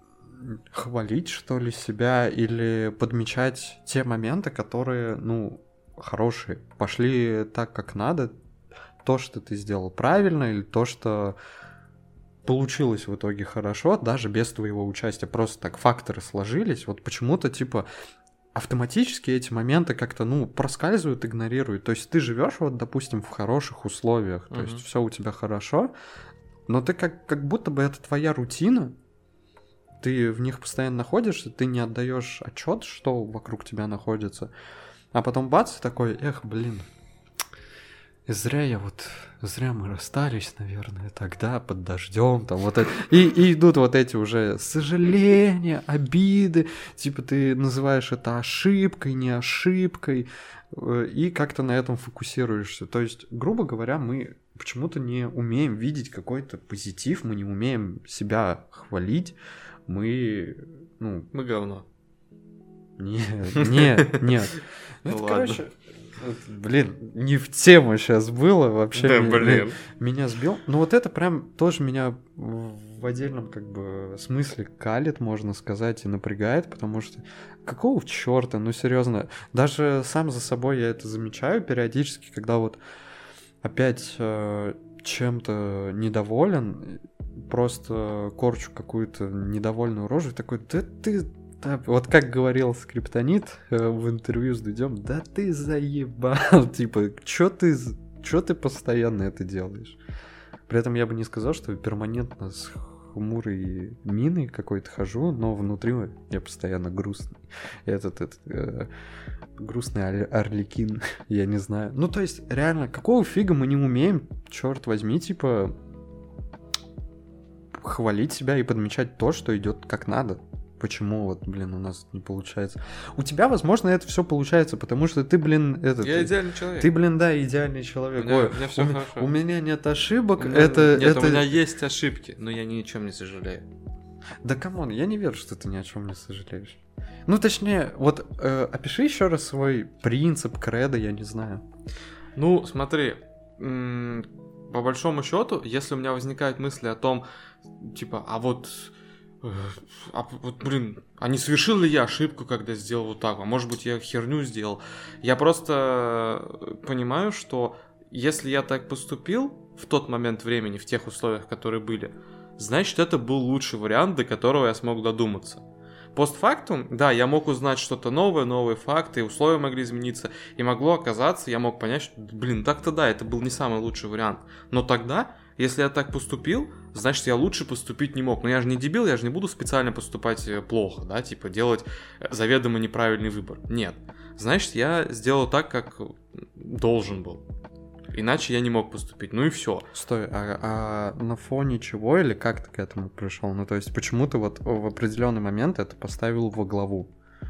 хвалить, что ли, себя или подмечать те моменты, которые, ну, хорошие, пошли так, как надо, то, что ты сделал правильно, или то, что получилось в итоге хорошо, даже без твоего участия, просто так факторы сложились, вот почему-то, типа, автоматически эти моменты как-то, ну, проскальзывают, игнорируют. То есть ты живешь, вот, допустим, в хороших условиях, то есть все у тебя хорошо, но ты как будто бы это твоя рутина, ты в них постоянно находишься, ты не отдаешь отчет, что вокруг тебя находится, а потом бац, такой, эх, блин, зря мы расстались, наверное, тогда под дождем, там вот это. И идут вот эти уже сожаления, обиды, типа ты называешь это ошибкой, не ошибкой, и как-то на этом фокусируешься. То есть, грубо говоря, мы почему-то не умеем видеть какой-то позитив, мы не умеем себя хвалить, мы говно. Нет. Ну ладно. Короче, блин, не в тему сейчас было вообще. Да, блин. Меня сбил. Но вот это прям тоже меня в отдельном как бы смысле калит, можно сказать, и напрягает, потому что какого черта, ну серьезно, даже сам за собой я это замечаю периодически, когда вот опять чем-то недоволен, просто корчу какую-то недовольную рожу, и такой, да, вот как говорил Скриптонит в интервью с Дудем, да ты заебал, типа, чё ты постоянно это делаешь? При этом я бы не сказал, что я перманентно с хмурой миной какой-то хожу, но внутри я постоянно грустный. Этот грустный орликин, я не знаю. Ну, то есть, реально, какого фига мы не умеем, черт возьми, типа, хвалить себя и подмечать то, что идет как надо? Почему вот, блин, у нас не получается? У тебя, возможно, это все получается, потому что ты, блин, Я идеальный человек. Ты, блин, да, идеальный человек. У меня все хорошо. У меня нет ошибок. Нет, это... у меня есть ошибки, но я ни о чем не сожалею. Да камон, я не верю, что ты ни о чем не сожалеешь. Ну, точнее, вот опиши еще раз свой принцип, кредо, я не знаю. Ну, смотри, по большому счету, если у меня возникают мысли о том, типа, блин, а не совершил ли я ошибку, когда сделал вот так? А может быть, я херню сделал? Я просто понимаю, что если я так поступил в тот момент времени, в тех условиях, которые были, значит, это был лучший вариант, до которого я смог додуматься. Постфактум, да, я мог узнать что-то новое, новые факты, условия могли измениться, и могло оказаться, я мог понять, что, блин, так-то да, это был не самый лучший вариант. Но тогда, если я так поступил, значит, я лучше поступить не мог. Но я же не дебил, я же не буду специально поступать плохо, да, типа делать заведомо неправильный выбор. Нет. Значит, я сделал так, как должен был. Иначе я не мог поступить. Ну и все. Стой, а на фоне чего или как ты к этому пришел? Ну, то есть, почему ты вот в определенный момент это поставил во главу?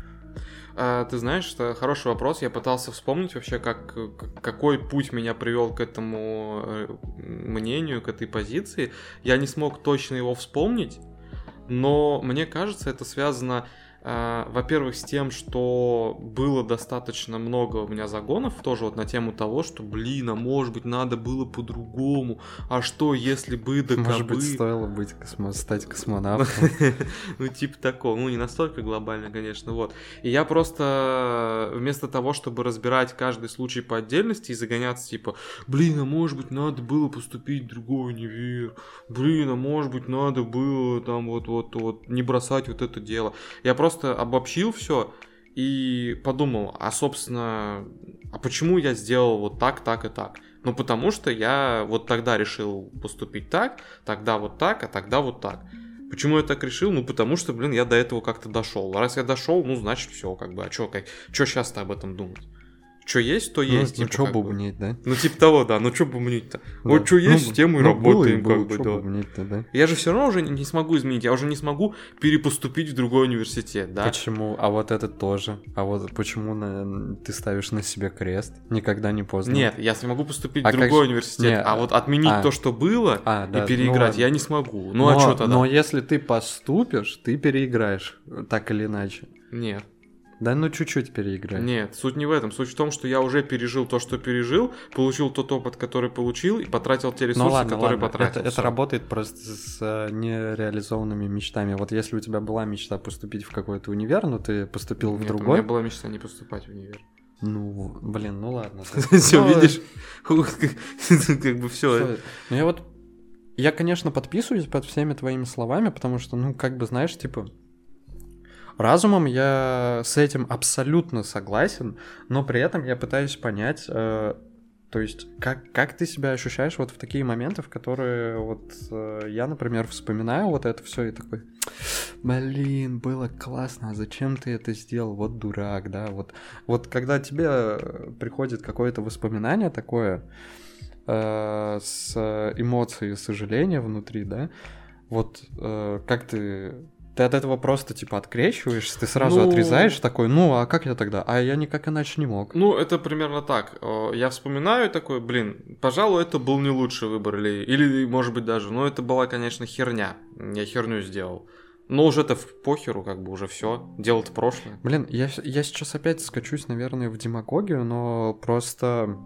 Ты знаешь, это хороший вопрос. Я пытался вспомнить вообще, какой путь меня привел к этому мнению, к этой позиции. Я не смог точно его вспомнить, но мне кажется, это связано, во-первых, с тем, что было достаточно много у меня загонов, тоже вот на тему того, что, блин, а может быть, надо было по-другому, а что, если бы да кабы... Может быть, стоило стать космонавтом. Ну, типа такого, ну, не настолько глобально, конечно, вот. И я просто вместо того, чтобы разбирать каждый случай по отдельности и загоняться, типа, блин, а может быть, надо было поступить в другой универ, блин, а может быть, надо было там вот не бросать вот это дело. Я просто обобщил все и подумал, собственно, почему я сделал вот так, так и так? Ну, потому что я вот тогда решил поступить так, тогда вот так, а тогда вот так. Почему я так решил? Ну, потому что, блин, я до этого как-то дошел. А раз я дошел, ну, значит, все, как бы, а что сейчас-то об этом думать? Что есть, то есть. Ну, что бубнить, да? Ну, типа того, да. Ну, что бубнить-то? Да. Вот что есть, с тем и работаем, как бы, да. Бубнить-то, да. Я же все равно уже не смогу изменить. Я уже не смогу перепоступить в другой университет, да. Почему? А вот это тоже. А вот почему ты ставишь на себе крест? Никогда не поздно. Нет, я смогу поступить в другой университет. А вот отменить то, что было, и переиграть я не смогу. Ну, а что тогда? Но если ты поступишь, ты переиграешь, так или иначе. Нет. Да ну чуть-чуть переиграй. Нет, суть не в этом. Суть в том, что я уже пережил то, что пережил, получил тот опыт, который получил, и потратил те ресурсы, которые потратил. Это работает просто с нереализованными мечтами. Вот если у тебя была мечта поступить в какой-то универ, но ты поступил в другой... у меня была мечта не поступать в универ. Ну, блин, ну ладно. Все, видишь? Как бы все. Ну я, конечно, подписываюсь под всеми твоими словами, потому что, ну, как бы, знаешь, типа... Разумом я с этим абсолютно согласен, но при этом я пытаюсь понять, то есть как ты себя ощущаешь вот в такие моменты, в которые вот я, например, вспоминаю вот это все и такой, блин, было классно, а зачем ты это сделал, вот дурак, да, вот когда тебе приходит какое-то воспоминание такое с эмоцией сожаления внутри, да, вот как ты от этого просто, типа, открещиваешься, ты сразу отрезаешь такой, ну, а как я тогда? А я никак иначе не мог. Ну, это примерно так. Я вспоминаю такой, блин, пожалуй, это был не лучший выбор, или может быть даже, но это была, конечно, херня. Я херню сделал. Но уже-то в похеру, как бы, уже все. Дело-то прошлое. Блин, я сейчас опять скачусь, наверное, в демагогию, но просто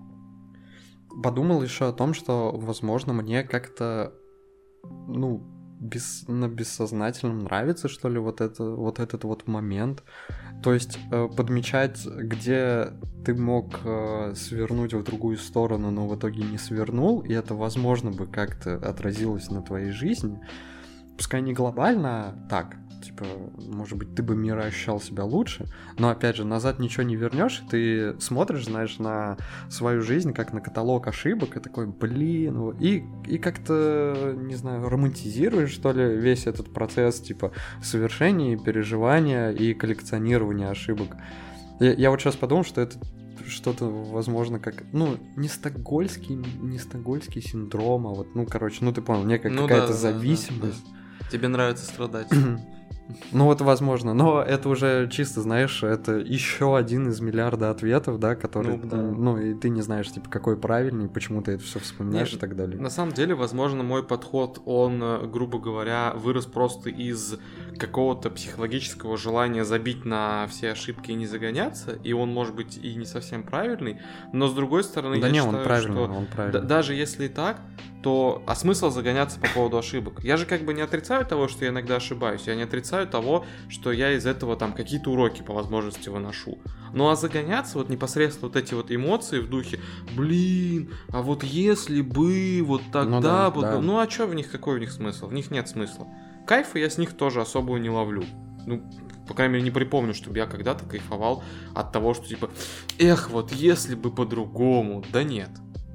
подумал еще о том, что, возможно, мне как-то, ну... на бессознательном нравится, что ли, вот этот вот момент. То есть подмечать, где ты мог свернуть в другую сторону, но в итоге не свернул, и это, возможно, бы как-то отразилось на твоей жизни. Пускай не глобально, а так, типа, может быть, ты бы мир ощущал себя лучше, но, опять же, назад ничего не вернешь, ты смотришь, знаешь, на свою жизнь, как на каталог ошибок, и такой, блин, и как-то, не знаю, романтизируешь, что ли, весь этот процесс, типа, совершения, переживания и коллекционирования ошибок. Я вот сейчас подумал, что это что-то, возможно, как, ну, не стокгольмский синдром, а вот, ну, короче, ну, ты понял, некая какая-то зависимость. Да. Тебе нравится страдать. Ну вот, возможно, но это уже чисто, знаешь, это еще один из миллиарда ответов, да, который, ну, и ты не знаешь, типа, какой правильный, почему ты это все вспоминаешь. Нет, и так далее. На самом деле, возможно, мой подход, он, грубо говоря, вырос просто из какого-то психологического желания забить на все ошибки и не загоняться, и он, может быть, и не совсем правильный, но, с другой стороны, да я не, считаю, он правильный, что он правильный. Даже если и так, то а смысл загоняться по поводу ошибок? Я же как бы не отрицаю того, что я иногда ошибаюсь, я не отрицаю того, что я из этого там какие-то уроки по возможности выношу. Ну а загоняться вот непосредственно вот эти вот эмоции в духе, блин, а вот если бы вот тогда, ну, да. Ну а чё в них, какой у них смысл? В них нет смысла. Кайфа я с них тоже особо не ловлю. Ну, по крайней мере, не припомню, чтобы я когда-то кайфовал от того, что типа, эх, вот если бы по-другому. Да нет.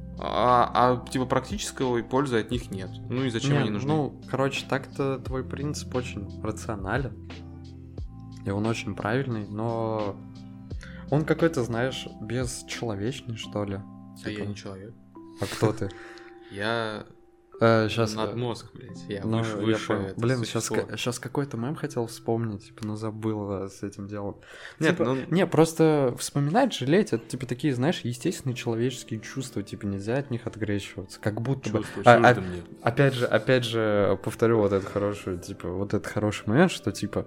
Типа практического пользы от них нет. Ну и зачем они нужны? Ну, короче, так-то твой принцип очень рационален. И он очень правильный, но он какой-то, знаешь, бесчеловечный, что ли. А я не человек. А кто ты? Я... Сейчас... Надмозг, блядь. Я выше. Блин, существо. сейчас какой-то мем хотел вспомнить, типа, но забыл с этим делом. Нет, типа, не, просто вспоминать, жалеть, это, типа, такие, знаешь, естественные человеческие чувства, типа, нельзя от них отгрещиваться, как будто бы... Опять же, повторю вот этот хороший момент, что, типа,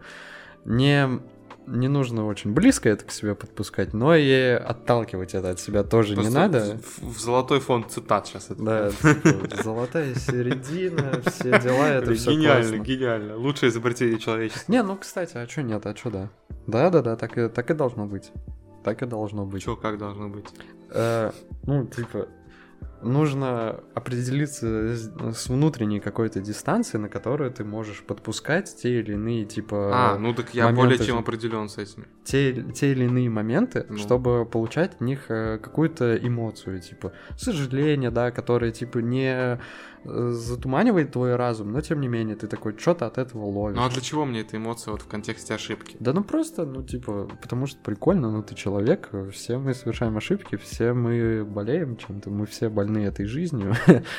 не нужно очень близко это к себе подпускать, но и отталкивать это от себя тоже просто не надо. В золотой фонд цитат сейчас это. Да, типа, золотая середина, все дела, это все классно. Гениально. Лучшее изобретение человечества. Не, ну, кстати, а чё нет, а чё да? Да, так и должно быть. Так и должно быть. Чё, как должно быть? Ну, типа... Нужно определиться с внутренней какой-то дистанцией, на которую ты можешь подпускать те или иные, типа... ну так я более чем определен с этим. Те или иные моменты, чтобы получать от них какую-то эмоцию, типа сожаление, да, которое, типа, не затуманивает твой разум, но тем не менее ты такой, что-то от этого ловишь. Ну а для чего мне эта эмоция вот в контексте ошибки? Да ну просто, ну типа, потому что прикольно, ну ты человек, все мы совершаем ошибки, все мы болеем чем-то, мы все больны этой жизнью.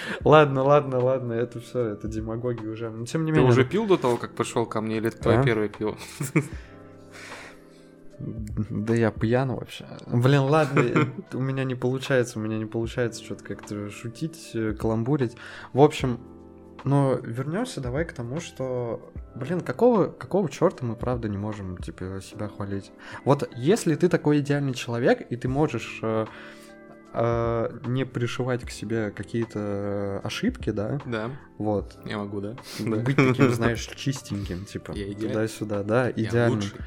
Ладно, это все, это демагогия уже, но тем не менее... Ты уже пил до того, как пришел ко мне, или это твое первое пиво? Да я пьян вообще. Блин, ладно, у меня не получается что-то как-то шутить, каламбурить. В общем, Но вернемся давай к тому, что, блин, какого черта мы правда не можем, типа, себя хвалить? Вот если ты такой идеальный человек, и ты можешь не пришивать к себе какие-то ошибки, да? Да. Вот. Я могу, да? Быть таким, знаешь, чистеньким, типа, Я идеальный. туда-сюда, да, Я идеальным. лучший.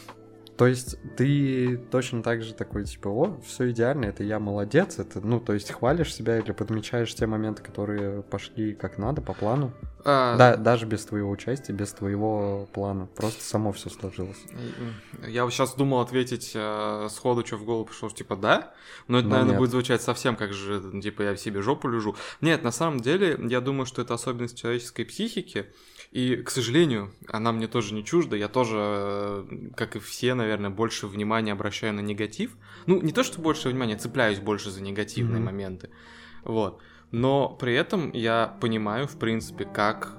То есть ты точно так же такой, типа, о, все идеально, это я молодец, это, ну, то есть хвалишь себя или подмечаешь те моменты, которые пошли как надо, по плану. Да, даже без твоего участия, без твоего плана, просто само все сложилось. Я вот сейчас думал ответить сходу, что в голову пришло, что типа да, но это, наверное, нет. будет звучать совсем как же, типа, я в себе жопу лежу. Нет, на самом деле, я думаю, что это особенность человеческой психики, и, к сожалению, она мне тоже не чужда, я тоже, как и все, наверное, больше внимания обращаю на негатив. Ну, не то, что больше внимания, цепляюсь больше за негативные моменты, вот. Но при этом я понимаю, в принципе, как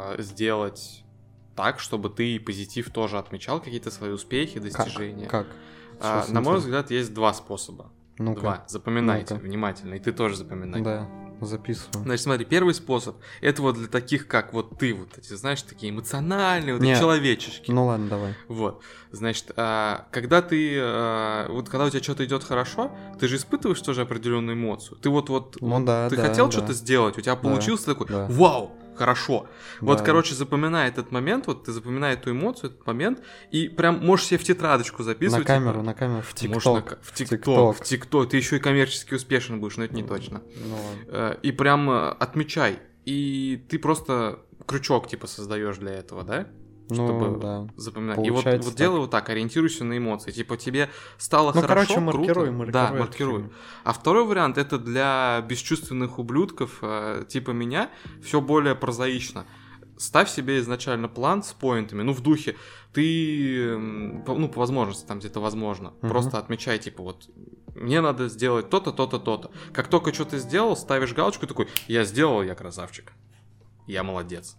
сделать так, чтобы ты позитив тоже отмечал, какие-то свои успехи, достижения. Как? На мой взгляд, есть два способа. Ну-ка. Два. Запоминайте Ну-ка. внимательно, и ты тоже запоминай. Да, записываю. Значит, смотри, первый способ, это вот для таких, как вот ты, вот эти, знаешь, такие эмоциональные, вот Не. эти человечешки. Ну ладно, давай. Вот, значит, когда ты, вот когда у тебя что-то идет хорошо, ты же испытываешь тоже определенную эмоцию. Ты вот, Ну да, ты да, хотел да. что-то сделать, у тебя получилось, ты такой, да. вау, хорошо. Вот, Да. короче, запоминай этот момент, вот ты запоминай эту эмоцию, этот момент, и прям можешь себе в тетрадочку записывать. На камеру, в ТикТок. В ТикТок. Ты еще и коммерчески успешен будешь, но это не точно. Ну ладно. И прям отмечай. И ты просто крючок, типа, создаешь для этого, да? Чтобы Ну, да. запоминать. Получается И вот так. делай вот так, ориентируйся на эмоции. Типа, тебе стало Ну, хорошо, короче, круто. маркируй Да, эту маркируй. фигню. А второй вариант, это для бесчувственных ублюдков, типа меня, все более прозаично. Ставь себе изначально план с поинтами, ну, в духе, ты, ну, по возможности, там где-то возможно, просто отмечай, типа, вот, мне надо сделать то-то, то-то, то-то. Как только что ты сделал, ставишь галочку, такой, я сделал, я красавчик, я молодец.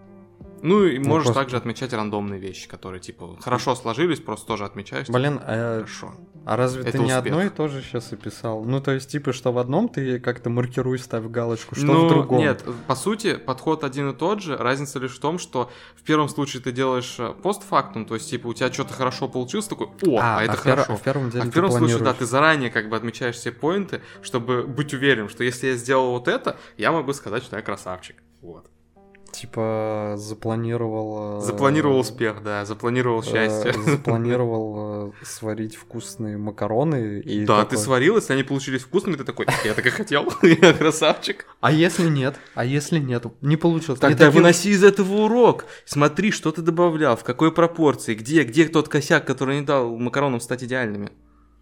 Ну, и можешь просто- также отмечать рандомные вещи, которые, типа, хорошо сложились, просто тоже отмечаешь. типа, Блин, хорошо. а разве Это ты не успех. одно и то же сейчас описал? Ну, то есть, типа, что в одном ты как-то маркируй, ставь галочку, что Ну, в другом? нет, по сути, подход один и тот же. Разница лишь в том, что в первом случае ты делаешь постфактум, то есть, типа, у тебя что-то хорошо получилось, такой, это хорошо. в первом деле А в первом ты случае, да, планируешь. ты заранее как бы отмечаешь все поинты, чтобы быть уверен, что если я сделал вот это, я могу сказать, что я красавчик. Вот. Типа, запланировал... Запланировал успех, да, запланировал счастье. Запланировал сварить вкусные макароны. И Да, такой, ты сварил, если они получились вкусными, ты такой, я так и хотел, я красавчик. А если нет? А если нет? Не получилось. Тогда Не таким- выноси из этого урок. Смотри, что ты добавлял, в какой пропорции, где тот косяк, который не дал макаронам стать идеальными.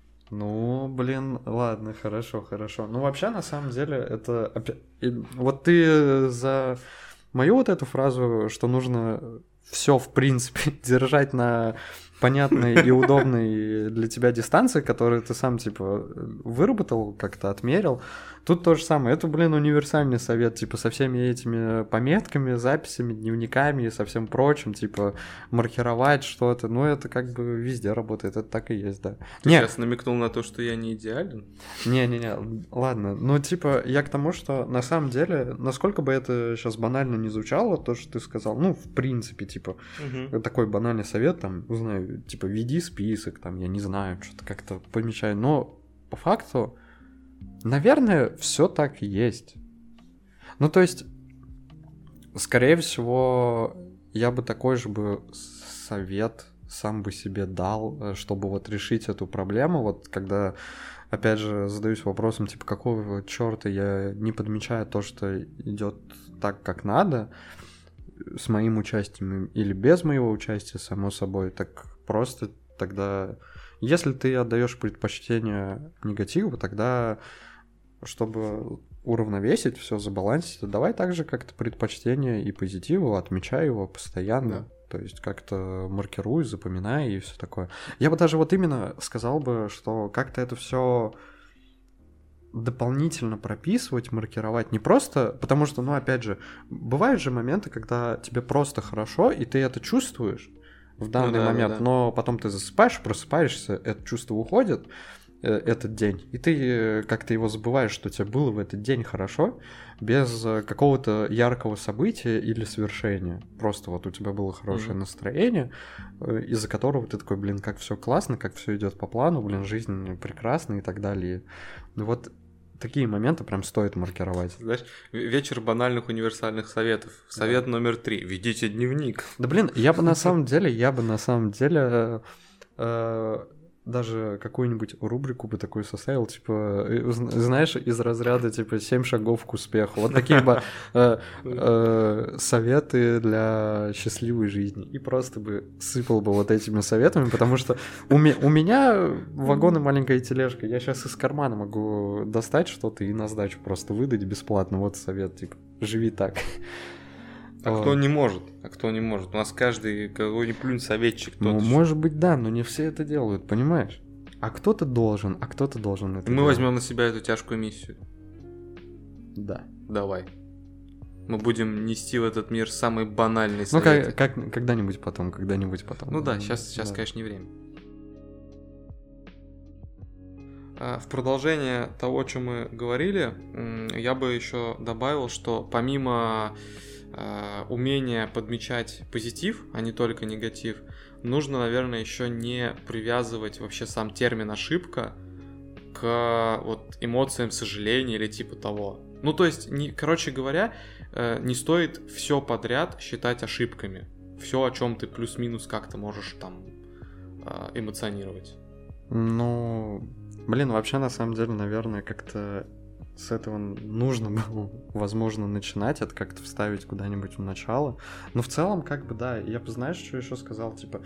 Ну, блин, ладно, хорошо. Ну, вообще, на самом деле, это... Вот ты за мою вот эту фразу, что нужно все, в принципе, держать на понятной и удобной для тебя дистанции, которую ты сам, типа, выработал, как-то отмерил. Тут то же самое. Это, блин, универсальный совет, типа, со всеми этими пометками, записями, дневниками и со всем прочим, типа, маркировать что-то. Ну, это как бы везде работает, это так и есть, да. Ты Нет, сейчас намекнул на то, что я не идеален? не-не-не, ладно. Ну, типа, я к тому, что на самом деле, насколько бы это сейчас банально не звучало, то, что ты сказал, ну, в принципе, типа, такой банальный совет, там, не знаю, типа, веди список, там, я не знаю, что-то как-то помечай. Но по факту, наверное, все так и есть. Ну, то есть, скорее всего, я бы такой же бы совет сам бы себе дал, чтобы вот решить эту проблему, вот когда, опять же, задаюсь вопросом, типа, какого черта я не подмечаю то, что идет так, как надо, с моим участием или без моего участия, само собой, так просто тогда, если ты отдаешь предпочтение негативу, тогда, чтобы уравновесить, все забалансить, давай также как-то предпочтение и позитиву, отмечай его постоянно. Да. То есть как-то маркируй, запоминай и все такое. Я бы даже вот именно сказал бы, что как-то это все дополнительно прописывать, маркировать, не просто, потому что, ну, опять же, бывают же моменты, когда тебе просто хорошо, и ты это чувствуешь в данный момент, да. но потом ты засыпаешь, просыпаешься, это чувство уходит, этот день, и ты как-то его забываешь, что тебе было в этот день хорошо, без какого-то яркого события или свершения. Просто вот у тебя было хорошее настроение, из-за которого ты такой, блин, как все классно, как все идет по плану, блин, жизнь прекрасна и так далее. Вот такие моменты прям стоит маркировать. Знаешь, вечер банальных универсальных советов. Совет номер 3. Ведите дневник. Да блин, я бы на самом деле даже какую-нибудь рубрику бы такую составил, типа, знаешь, из разряда, типа, 7 шагов к успеху. Вот такие бы советы для счастливой жизни. И просто бы сыпал бы вот этими советами, потому что у меня вагон и маленькая тележка. Я сейчас из кармана могу достать что-то и на сдачу просто выдать бесплатно. Вот совет, типа, живи так. А кто не может? У нас каждый какой-нибудь плюнь советчик. Ну, может быть, да, но не все это делают, понимаешь? А кто-то должен это Мы делать. возьмем на себя эту тяжкую миссию. Да. Давай. Мы будем нести в этот мир самые банальные Ну, советы. когда-нибудь потом. Ну да, сейчас, конечно, не время. В продолжение того, о чем мы говорили, я бы еще добавил, что помимо умения подмечать позитив, а не только негатив, нужно, наверное, еще не привязывать вообще сам термин ошибка к вот эмоциям сожаления или типа того. Ну, то есть, короче говоря, не стоит все подряд считать ошибками. Все, о чем ты плюс-минус как-то можешь там эмоционировать. Ну, блин, вообще, на самом деле, наверное, как-то с этого нужно было, возможно, начинать, это как-то вставить куда-нибудь в начало. Но в целом, как бы, да, я бы, знаешь, что еще сказал, типа,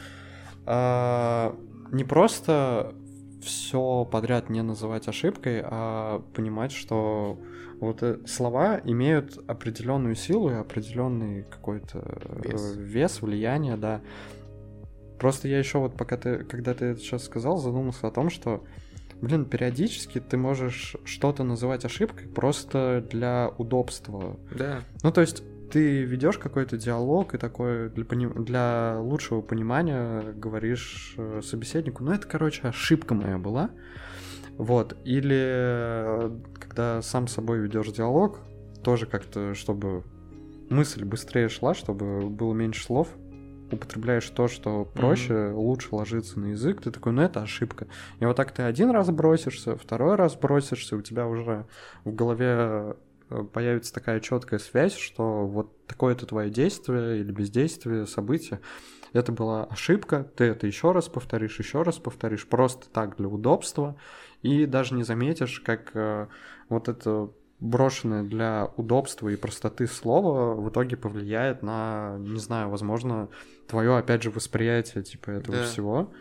не просто все подряд не называть ошибкой, а понимать, что вот слова имеют определенную силу и определенный какой-то вес, влияние, да. Просто я еще вот когда ты это сейчас сказал, задумался о том, что, блин, периодически ты можешь что-то называть ошибкой просто для удобства. Да. Ну, то есть ты ведешь какой-то диалог и такое для лучшего понимания говоришь собеседнику, ну, это, короче, ошибка моя была. Вот. Или когда сам с собой ведешь диалог, тоже как-то, чтобы мысль быстрее шла, чтобы было меньше слов, употребляешь то, что проще, лучше ложится на язык, ты такой, ну это ошибка. И вот так ты один раз бросишься, второй раз бросишься, у тебя уже в голове появится такая четкая связь, что вот такое-то твое действие или бездействие, событие, это была ошибка, ты это еще раз повторишь, просто так для удобства, и даже не заметишь, как вот это брошенное для удобства и простоты слово в итоге повлияет на, не знаю, возможно, твое, опять же, восприятие типа этого всего.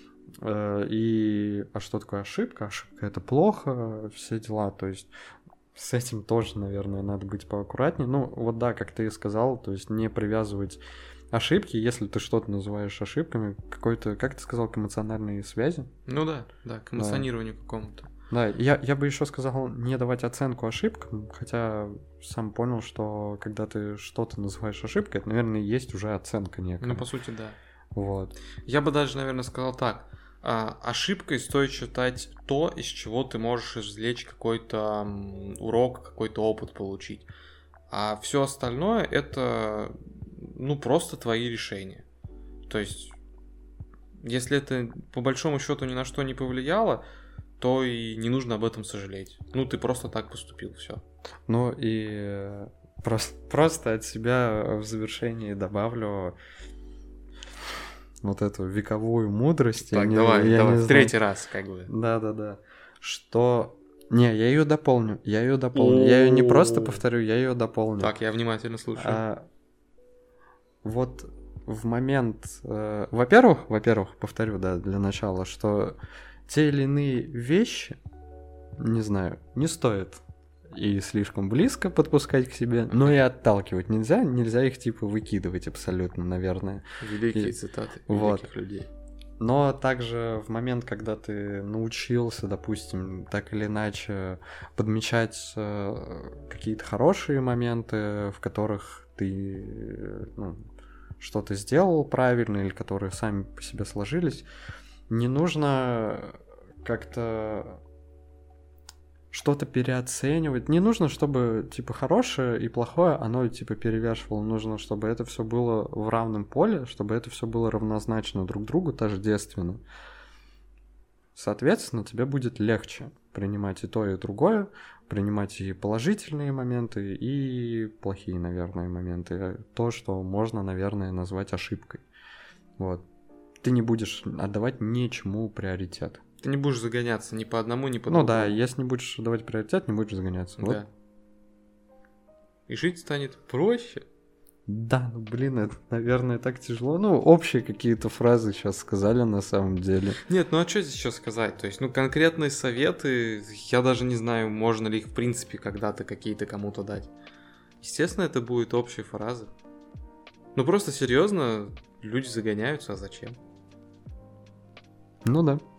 А что такое ошибка? Ошибка — это плохо, все дела, то есть с этим тоже, наверное, надо быть поаккуратнее. Ну, вот да, как ты и сказал, то есть не привязывать ошибки, если ты что-то называешь ошибками, какой-то, как ты сказал, к эмоциональной связи. Ну да, к эмоционированию какому-то. Да, я бы еще сказал не давать оценку ошибкам, хотя сам понял, что когда ты что-то называешь ошибкой, это, наверное, есть уже оценка некая. Ну, по сути, да. Вот. Я бы даже, наверное, сказал так. Ошибкой стоит считать то, из чего ты можешь извлечь какой-то урок, какой-то опыт получить. А все остальное это, ну, просто твои решения. То есть, если это по большому счету ни на что не повлияло, то и не нужно об этом сожалеть. Ну, ты просто так поступил, все. Ну и просто от себя в завершении добавлю вот эту вековую мудрость. Так, давай, в третий раз, как бы. Да. Что... Не, я ее дополню. Я ее не просто повторю, я ее дополню. Так, я внимательно слушаю. Вот в момент... Во-первых, повторю, да, для начала, что те или иные вещи, не знаю, не стоит и слишком близко подпускать к себе, но и отталкивать нельзя их типа выкидывать абсолютно, наверное. Великие цитаты великих людей. Но также в момент, когда ты научился, допустим, так или иначе подмечать какие-то хорошие моменты, в которых ты что-то сделал правильно или которые сами по себе сложились, не нужно как-то что-то переоценивать. Не нужно, чтобы, типа, хорошее и плохое, оно, типа, перевешивало. Нужно, чтобы это все было в равном поле, чтобы это все было равнозначно друг другу, тождественно. Соответственно, тебе будет легче принимать и то, и другое, принимать и положительные моменты, и плохие, наверное, моменты. То, что можно, наверное, назвать ошибкой. Вот. Ты не будешь отдавать ничему приоритет. Ты не будешь загоняться ни по одному, ни по Ну другому. да, если не будешь давать приоритет, не будешь загоняться. Вот. Да. И жить станет проще. Да, ну блин, это, наверное, так тяжело. Ну, общие какие-то фразы сейчас сказали на самом деле. Нет, ну а что здесь еще сказать? То есть, ну, конкретные советы, я даже не знаю, можно ли их, в принципе, когда-то какие-то кому-то дать. Естественно, это будут общие фразы. Ну, просто серьезно, люди загоняются, а зачем? Ну да.